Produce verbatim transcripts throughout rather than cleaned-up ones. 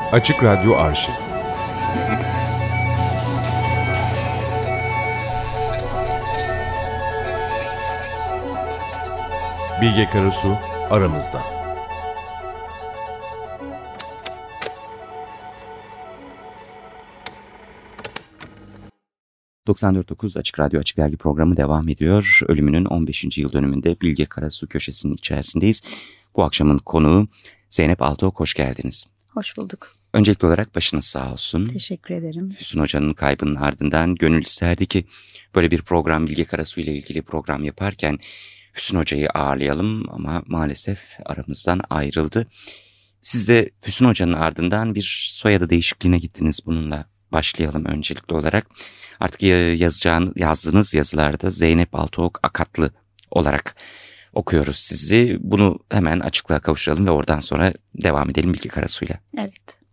Açık Radyo Arşiv. Bilge Karasu aramızda. doksan dört nokta dokuz Açık Radyo Açık Dergi programı devam ediyor. Ölümünün on beşinci yıl dönümünde Bilge Karasu köşesinin içerisindeyiz. Bu akşamın konuğu Zeynep Altıok, hoş geldiniz. Hoş bulduk. Öncelikli olarak başınız sağ olsun. Teşekkür ederim. Füsun Hoca'nın kaybının ardından gönül isterdi ki böyle bir program, Bilge Karasu ile ilgili program yaparken Füsun Hoca'yı ağırlayalım ama maalesef aramızdan ayrıldı. Siz de Füsun Hoca'nın ardından bir soyadı değişikliğine gittiniz. Bununla başlayalım öncelikli olarak. Artık yazacağınız, yazdığınız yazılarda Zeynep Altıok Akatlı olarak okuyoruz sizi. Bunu hemen açıklığa kavuşturalım ve oradan sonra devam edelim Bilge Karasu'yla. Evet.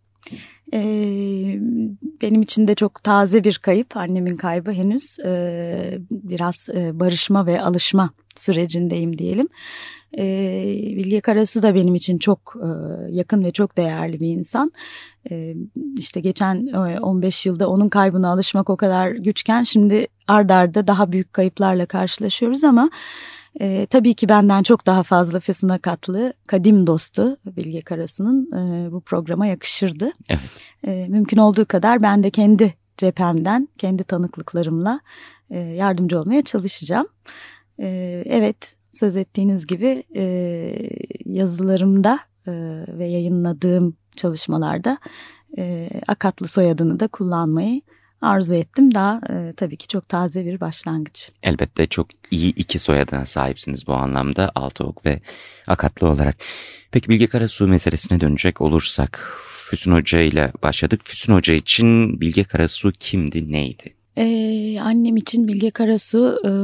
Ee, benim için de çok taze bir kayıp. Annemin kaybı henüz. Ee, biraz e, barışma ve alışma sürecindeyim diyelim. Ee, Bilge Karasu da benim için çok e, yakın ve çok değerli bir insan. Ee, işte geçen e, on beş yılda onun kaybına alışmak o kadar güçken şimdi ard arda daha büyük kayıplarla karşılaşıyoruz ama e, tabii ki benden çok daha fazla Füsun Akatlı, kadim dostu Bilge Karasu'nun e, bu programa yakışırdı. Evet. E, mümkün olduğu kadar ben de kendi cephemden, kendi tanıklıklarımla e, yardımcı olmaya çalışacağım. E, evet, söz ettiğiniz gibi e, yazılarımda e, ve yayınladığım çalışmalarda e, Akatlı soyadını da kullanmayı arzu ettim. Daha e, tabii ki çok taze bir başlangıç. Elbette çok iyi iki soyadına sahipsiniz bu anlamda, Altıok ve Akatlı olarak. Peki Bilge Karasu meselesine dönecek olursak, Füsun Hoca ile başladık. Füsun Hoca için Bilge Karasu kimdi, neydi? Ee, annem için Bilge Karasu e,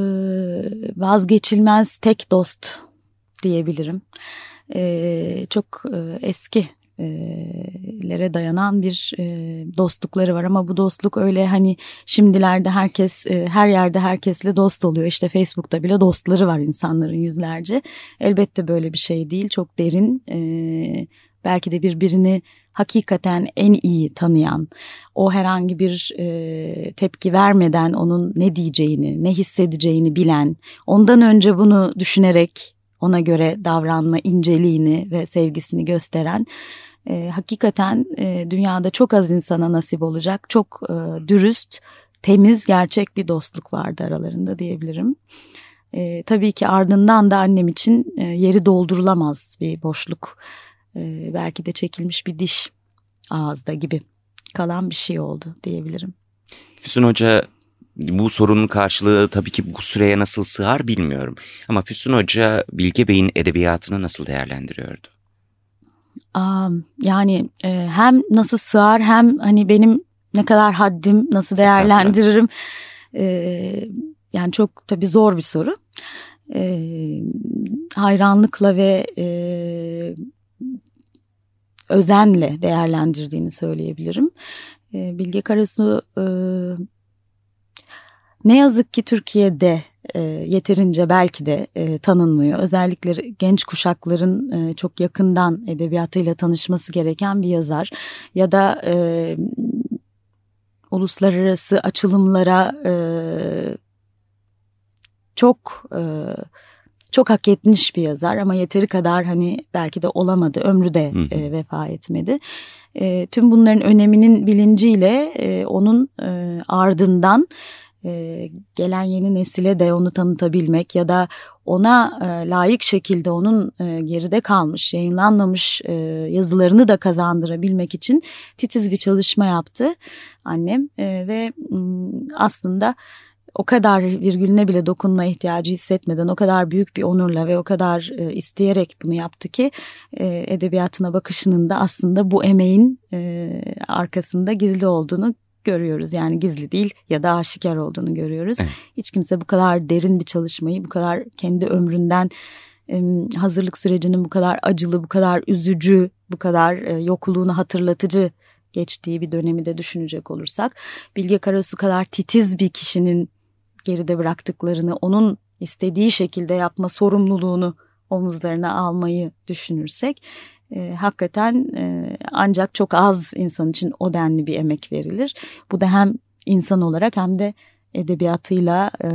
vazgeçilmez tek dost diyebilirim. E, çok e, eski lere dayanan bir e, dostlukları var ama bu dostluk öyle hani şimdilerde herkes e, her yerde herkesle dost oluyor. İşte Facebook'ta bile dostları var insanların yüzlerce. Elbette böyle bir şey değil. Çok derin, e, belki de birbirini hakikaten en iyi tanıyan, o herhangi bir e, tepki vermeden onun ne diyeceğini, ne hissedeceğini bilen, ondan önce bunu düşünerek ona göre davranma inceliğini ve sevgisini gösteren, e, hakikaten e, dünyada çok az insana nasip olacak, çok e, dürüst, temiz, gerçek bir dostluk vardı aralarında diyebilirim. E, tabii ki ardından da annem için e, yeri doldurulamaz bir boşluk, e, belki de çekilmiş bir diş ağızda gibi kalan bir şey oldu diyebilirim. Füsun Hoca, bu sorunun karşılığı tabii ki bu süreye nasıl sığar bilmiyorum. Ama Füsun Hoca Bilge Bey'in edebiyatını nasıl değerlendiriyordu? Yani hem nasıl sığar hem hani benim ne kadar haddim, nasıl değerlendiririm. Yani çok tabii zor bir soru. Hayranlıkla ve özenle değerlendirdiğini söyleyebilirim. Bilge Karasu ne yazık ki Türkiye'de e, yeterince belki de e, tanınmıyor. Özellikle genç kuşakların e, çok yakından edebiyatıyla tanışması gereken bir yazar. Ya da e, uluslararası açılımlara e, çok e, çok hak etmiş bir yazar ama yeteri kadar hani belki de olamadı. Ömrü de e, vefa etmedi. E, tüm bunların öneminin bilinciyle e, onun e, ardından Ee, gelen yeni nesile de onu tanıtabilmek ya da ona e, layık şekilde onun e, geride kalmış, yayınlanmamış e, yazılarını da kazandırabilmek için titiz bir çalışma yaptı annem e, ve m, aslında o kadar virgülüne bile dokunma ihtiyacı hissetmeden o kadar büyük bir onurla ve o kadar e, isteyerek bunu yaptı ki e, edebiyatına bakışının da aslında bu emeğin e, arkasında gizli olduğunu görüyoruz. Yani gizli değil ya da aşikar olduğunu görüyoruz. Evet. Hiç kimse bu kadar derin bir çalışmayı, bu kadar kendi ömründen hazırlık sürecinin bu kadar acılı, bu kadar üzücü, bu kadar yokluğunu hatırlatıcı geçtiği bir dönemi de düşünecek olursak, Bilge Karasu kadar titiz bir kişinin geride bıraktıklarını, onun istediği şekilde yapma sorumluluğunu omuzlarına almayı düşünürsek E, hakikaten e, ancak çok az insan için o denli bir emek verilir. Bu da hem insan olarak hem de edebiyatıyla e,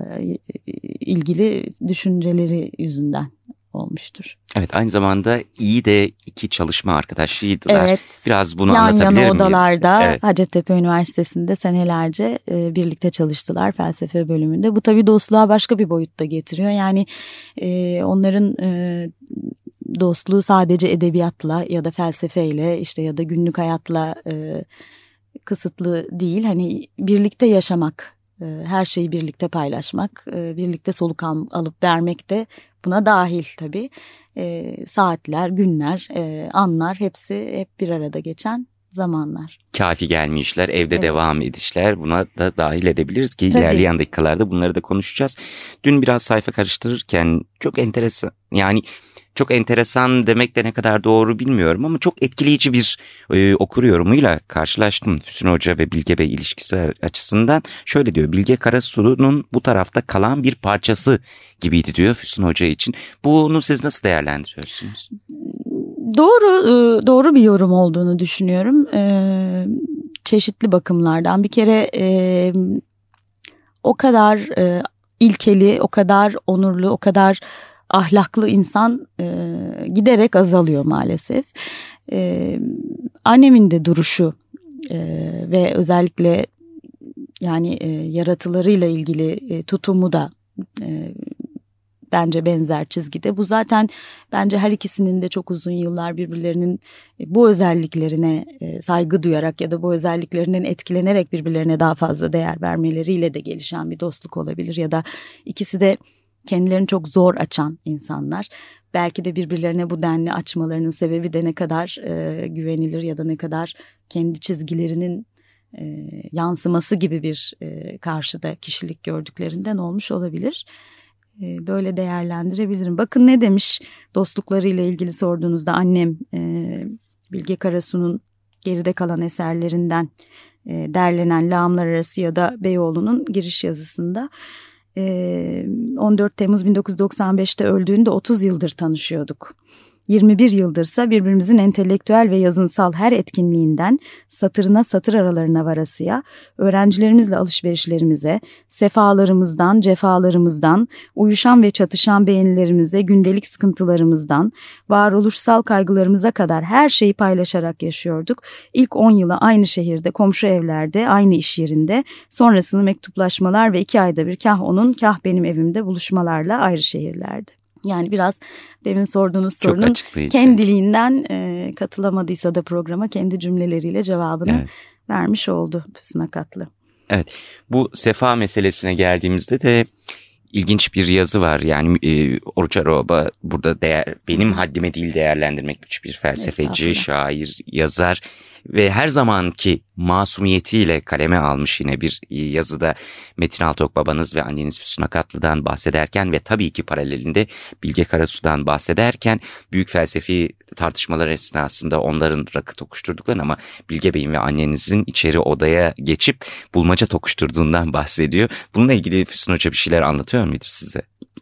ilgili düşünceleri yüzünden olmuştur. Evet, aynı zamanda iyi de iki çalışma arkadaşıydılar. Evet, biraz bunu yan anlatabilir miyiz? Yan yana odalarda evet. Hacettepe Üniversitesi'nde senelerce e, birlikte çalıştılar felsefe bölümünde. Bu tabii dostluğa başka bir boyutta getiriyor. Yani e, onların e, dostluğu sadece edebiyatla ya da felsefeyle işte ya da günlük hayatla e, kısıtlı değil. Hani birlikte yaşamak, e, her şeyi birlikte paylaşmak, e, birlikte soluk al, alıp vermek de buna dahil tabii. E, saatler, günler, e, anlar hepsi hep bir arada geçen zamanlar. Kafi gelmişler, evde evet. devam edişler, buna da dahil edebiliriz ki Tabii. ilerleyen dakikalarda bunları da konuşacağız. Dün biraz sayfa karıştırırken çok enteresan, yani çok enteresan demek de ne kadar doğru bilmiyorum ama çok etkileyici bir e, okur yorumuyla karşılaştım Füsun Hoca ve Bilge Bey ilişkisi açısından. Şöyle diyor, Bilge Karasu'nun bu tarafta kalan bir parçası gibiydi diyor Füsun Hoca için. Bunu siz nasıl değerlendiriyorsunuz? Doğru, doğru bir yorum olduğunu düşünüyorum. Ee, çeşitli bakımlardan. Bir kere e, o kadar e, ilkeli, o kadar onurlu, o kadar ahlaklı insan e, giderek azalıyor maalesef. E, annemin de duruşu e, ve özellikle yani e, yaratılarıyla ilgili e, tutumu da e, bence benzer çizgide. Bu zaten bence her ikisinin de çok uzun yıllar birbirlerinin bu özelliklerine saygı duyarak ya da bu özelliklerinden etkilenerek birbirlerine daha fazla değer vermeleriyle de gelişen bir dostluk olabilir. Ya da ikisi de kendilerini çok zor açan insanlar. Belki de birbirlerine bu denli açmalarının sebebi de ne kadar e, güvenilir ya da ne kadar kendi çizgilerinin e, yansıması gibi bir e, karşıda kişilik gördüklerinden olmuş olabilir. Böyle değerlendirebilirim. Bakın ne demiş dostluklarıyla ilgili sorduğunuzda annem e, Bilge Karasu'nun geride kalan eserlerinden e, derlenen Lağımlar Arası ya da Beyoğlu'nun giriş yazısında e, on dört Temmuz bin dokuz yüz doksan beşte öldüğünde otuz yıldır tanışıyorduk. yirmi bir yıldırsa birbirimizin entelektüel ve yazınsal her etkinliğinden satırına satır aralarına varasıya, öğrencilerimizle alışverişlerimize, sefalarımızdan, cefalarımızdan, uyuşan ve çatışan beğenilerimize, gündelik sıkıntılarımızdan, varoluşsal kaygılarımıza kadar her şeyi paylaşarak yaşıyorduk. İlk on yılı aynı şehirde, komşu evlerde, aynı iş yerinde, sonrasını mektuplaşmalar ve iki ayda bir kah onun kah benim evimde buluşmalarla ayrı şehirlerde. Yani biraz demin sorduğunuz sorunun kendiliğinden e, katılamadıysa da programa kendi cümleleriyle cevabını evet. vermiş oldu Füsun Akatlı. Evet, bu sefa meselesine geldiğimizde de ilginç bir yazı var. Yani e, Oruç Aroba burada değer, benim haddime değil değerlendirmek güç bir felsefeci, şair, yazar ve her zamanki masumiyetiyle kaleme almış yine bir yazıda Metin Altok babanız ve anneniz Füsun Akatlı'dan bahsederken ve tabii ki paralelinde Bilge Karasu'dan bahsederken büyük felsefi tartışmalar esnasında onların rakı tokuşturduklarını ama Bilge Bey'in ve annenizin içeri odaya geçip bulmaca tokuşturduğundan bahsediyor. Bununla ilgili Füsun Hoca bir şeyler anlatıyor muydu size?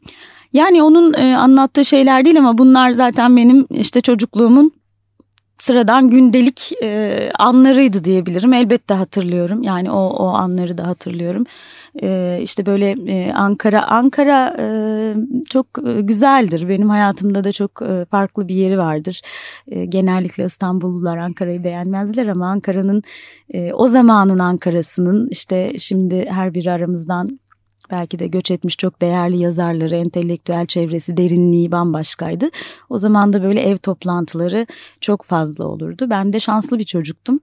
Yani onun e, anlattığı şeyler değil ama bunlar zaten benim işte çocukluğumun sıradan gündelik e, anlarıydı diyebilirim. Elbette hatırlıyorum. Yani o o anları da hatırlıyorum. E, işte böyle e, Ankara Ankara e, çok e, güzeldir. Benim hayatımda da çok e, farklı bir yeri vardır. E, genellikle İstanbullular Ankara'yı beğenmezler ama Ankara'nın e, o zamanın Ankara'sının işte şimdi her biri aramızdan belki de göç etmiş çok değerli yazarları, entelektüel çevresi, derinliği bambaşkaydı. O zaman da böyle ev toplantıları çok fazla olurdu. Ben de şanslı bir çocuktum.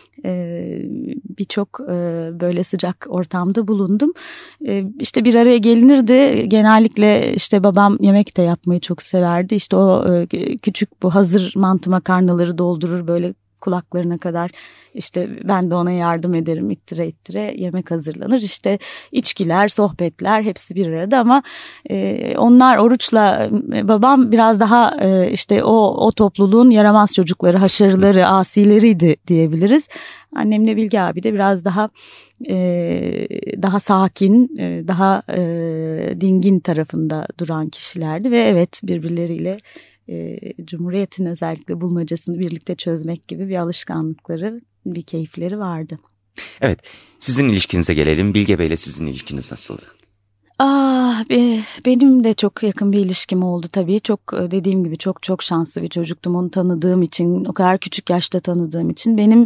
Ee, birçok e, böyle sıcak ortamda bulundum. Ee, işte bir araya gelinirdi. Genellikle işte babam yemek de yapmayı çok severdi. İşte o e, küçük bu hazır mantı makarnaları doldurur böyle kulaklarına kadar, işte ben de ona yardım ederim, ittire ittire yemek hazırlanır. İşte içkiler, sohbetler hepsi bir arada ama e, onlar Oruç'la e, babam biraz daha e, işte o o topluluğun yaramaz çocukları, haşarıları, asileriydi diyebiliriz. Annemle Bilge abi de biraz daha e, daha sakin, e, daha e, dingin tarafında duran kişilerdi ve evet birbirleriyle e, Cumhuriyet'in özellikle bulmacasını birlikte çözmek gibi bir alışkanlıkları, bir keyifleri vardı. Evet, sizin ilişkinize gelelim. Bilge Bey'le sizin ilişkiniz nasıldı? Ah, benim de çok yakın bir ilişkim oldu tabii. Çok, dediğim gibi çok çok şanslı bir çocuktum. Onu tanıdığım için, o kadar küçük yaşta tanıdığım için benim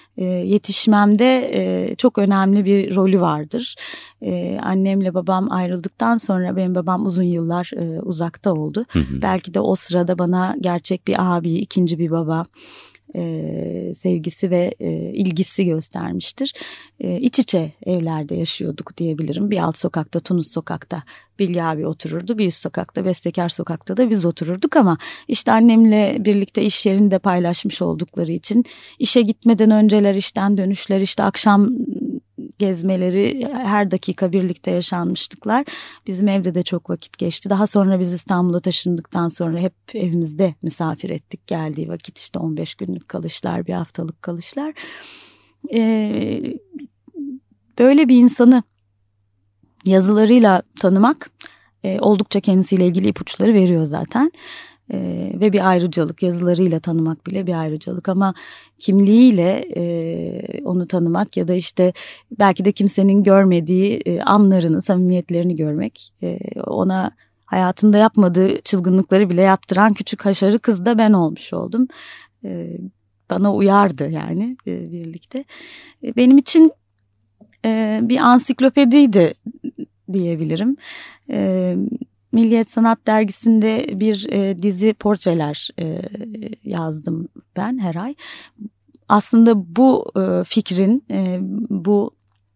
yetişmemde çok önemli bir rolü vardır. Annemle babam ayrıldıktan sonra benim babam uzun yıllar uzakta oldu. Hı hı. Belki de o sırada bana gerçek bir abi, ikinci bir baba Ee, sevgisi ve e, ilgisi göstermiştir. E, iç içe evlerde yaşıyorduk diyebilirim. Bir alt sokakta, Tunus sokakta Bilge abi otururdu. Bir üst sokakta, Bestekar sokakta da biz otururduk ama işte annemle birlikte iş yerinde paylaşmış oldukları için işe gitmeden önceler, işten dönüşler, işte akşam gezmeleri, her dakika birlikte yaşanmışlıklar. Bizim evde de çok vakit geçti. Daha sonra biz İstanbul'a taşındıktan sonra hep evimizde misafir ettik. Geldiği vakit işte on beş günlük kalışlar, bir haftalık kalışlar. Ee, böyle bir insanı yazılarıyla tanımak e, oldukça kendisiyle ilgili ipuçları veriyor zaten. Ee, ve bir ayrıcalık, yazılarıyla tanımak bile bir ayrıcalık ama kimliğiyle e, onu tanımak ya da işte belki de kimsenin görmediği e, anlarını, samimiyetlerini görmek, e, ona hayatında yapmadığı çılgınlıkları bile yaptıran küçük haşarı kız da ben olmuş oldum. E, bana uyardı yani e, birlikte. E, benim için e, bir ansiklopediydi diyebilirim. Evet. Milliyet Sanat Dergisi'nde bir e, dizi portreler e, yazdım ben her ay. Aslında bu e, fikrin, e, bu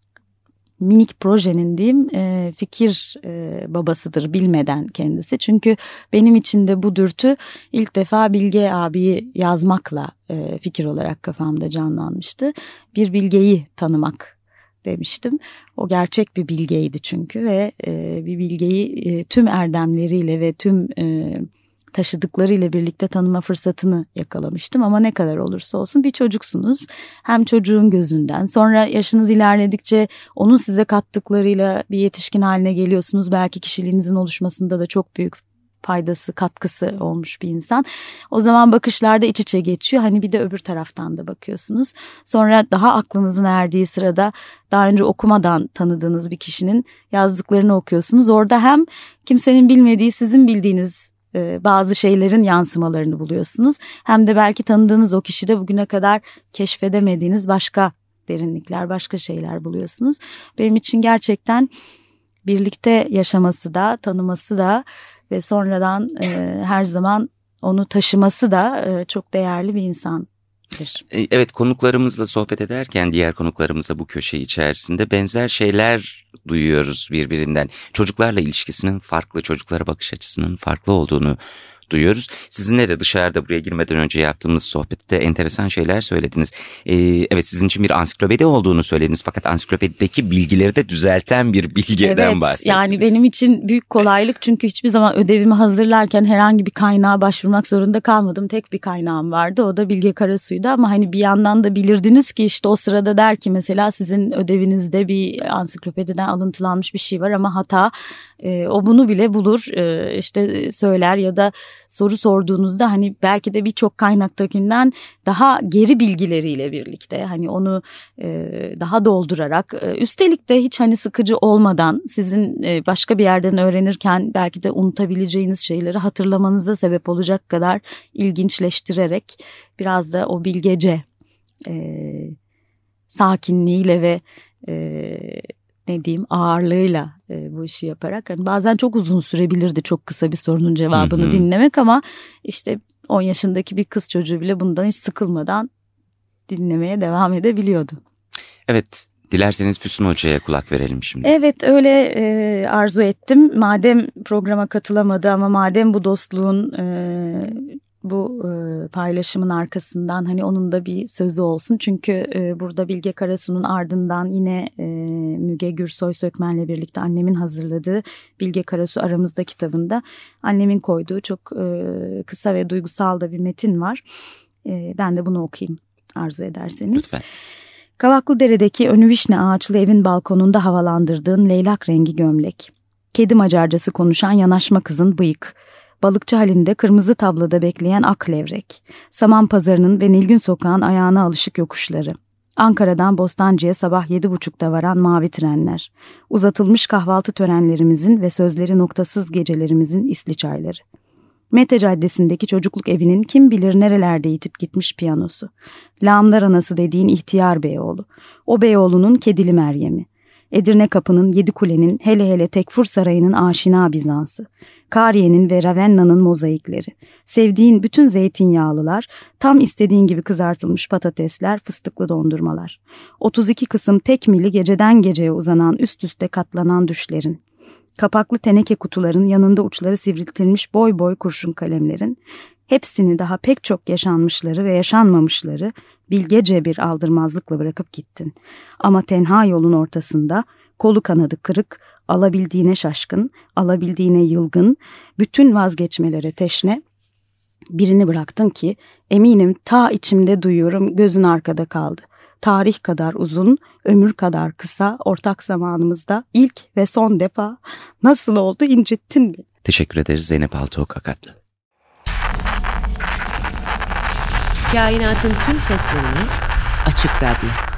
minik projenin diyeyim e, fikir e, babasıdır bilmeden kendisi. Çünkü benim için de bu dürtü ilk defa Bilge abiyi yazmakla e, fikir olarak kafamda canlanmıştı. Bir Bilge'yi tanımak demiştim. O gerçek bir bilgeydi çünkü ve e, bir bilgeyi e, tüm erdemleriyle ve tüm e, taşıdıklarıyla birlikte tanıma fırsatını yakalamıştım. Ama ne kadar olursa olsun bir çocuksunuz. Hem çocuğun gözünden, sonra yaşınız ilerledikçe onun size kattıklarıyla bir yetişkin haline geliyorsunuz. Belki kişiliğinizin oluşmasında da çok büyük faydası, katkısı olmuş bir insan. O zaman bakışlarda iç içe geçiyor. Hani bir de öbür taraftan da bakıyorsunuz. Sonra daha aklınızın erdiği sırada daha önce okumadan tanıdığınız bir kişinin yazdıklarını okuyorsunuz. Orada hem kimsenin bilmediği, sizin bildiğiniz e, bazı şeylerin yansımalarını buluyorsunuz. Hem de belki tanıdığınız o kişide bugüne kadar keşfedemediğiniz başka derinlikler, başka şeyler buluyorsunuz. Benim için gerçekten birlikte yaşaması da, tanıması da ve sonradan e, her zaman onu taşıması da e, çok değerli bir insandır. Evet, konuklarımızla sohbet ederken diğer konuklarımızla bu köşe içerisinde benzer şeyler duyuyoruz birbirinden. Çocuklarla ilişkisinin farklı, çocuklara bakış açısının farklı olduğunu duyuyoruz. Sizinle de dışarıda buraya girmeden önce yaptığımız sohbette enteresan şeyler söylediniz. Ee, evet, sizin için bir ansiklopedi olduğunu söylediniz fakat ansiklopedideki bilgileri de düzelten bir bilgiden evet, bahsettiniz. Yani benim için büyük kolaylık çünkü hiçbir zaman ödevimi hazırlarken herhangi bir kaynağa başvurmak zorunda kalmadım. Tek bir kaynağım vardı, o da Bilge Karasu'ydu ama hani bir yandan da bilirdiniz ki işte o sırada der ki mesela sizin ödevinizde bir ansiklopediden alıntılanmış bir şey var ama hata, e, o bunu bile bulur, e, işte söyler ya da soru sorduğunuzda hani belki de birçok kaynaktakinden daha geri bilgileriyle birlikte hani onu e, daha doldurarak e, üstelik de hiç hani sıkıcı olmadan sizin e, başka bir yerden öğrenirken belki de unutabileceğiniz şeyleri hatırlamanıza sebep olacak kadar ilginçleştirerek biraz da o bilgece e, sakinliğiyle ve e, ne diyeyim ağırlığıyla e, bu işi yaparak hani bazen çok uzun sürebilirdi çok kısa bir sorunun cevabını hı hı. dinlemek ama işte on yaşındaki bir kız çocuğu bile bundan hiç sıkılmadan dinlemeye devam edebiliyordu. Evet, dilerseniz Füsun Hoca'ya kulak verelim şimdi. Evet, öyle e, arzu ettim. Madem programa katılamadı ama madem bu dostluğun e, bu e, paylaşımın arkasından hani onun da bir sözü olsun. Çünkü e, burada Bilge Karasu'nun ardından yine e, Müge Gürsoy Sökmen'le birlikte annemin hazırladığı Bilge Karasu Aramızda kitabında annemin koyduğu çok e, kısa ve duygusal da bir metin var. E, ben de bunu okuyayım arzu ederseniz. Lütfen. Kavaklıdere'deki önü vişne ağaçlı evin balkonunda havalandırdığın leylak rengi gömlek. Kedi macarcası konuşan yanaşma kızın bıyık. balıkçı halinde kırmızı tablada bekleyen ak levrek, Saman Pazarı'nın ve Nilgün Sokağı'nın ayağına alışık yokuşları, Ankara'dan Bostancı'ya sabah yedi buçukta varan mavi trenler, uzatılmış kahvaltı törenlerimizin ve sözleri noktasız gecelerimizin isli çayları. Mete Caddesi'ndeki çocukluk evinin kim bilir nerelerde yitip gitmiş piyanosu, lağımlar anası dediğin ihtiyar Beyoğlu, o Beyoğlu'nun kedili Meryem'i, Edirne Kapı'nın, Yedi Kule'nin, hele hele Tekfur Sarayı'nın aşina Bizans'ı, Kariye'nin ve Ravenna'nın mozaikleri, sevdiğin bütün zeytinyağlılar, tam istediğin gibi kızartılmış patatesler, fıstıklı dondurmalar, otuz iki kısım tek mili geceden geceye uzanan üst üste katlanan düşlerin, kapaklı teneke kutuların yanında uçları sivriltilmiş boy boy kurşun kalemlerin, hepsini daha pek çok yaşanmışları ve yaşanmamışları bilgece bir aldırmazlıkla bırakıp gittin. Ama tenha yolun ortasında, kolu kanadı kırık, alabildiğine şaşkın, alabildiğine yılgın, bütün vazgeçmelere teşne, birini bıraktın ki eminim ta içimde duyuyorum gözün arkada kaldı. Tarih kadar uzun, ömür kadar kısa, ortak zamanımızda ilk ve son defa nasıl oldu incittin mi? Teşekkür ederiz Zeynep Altıok Akatlı. Kainatın tüm seslerini Açık Radyo.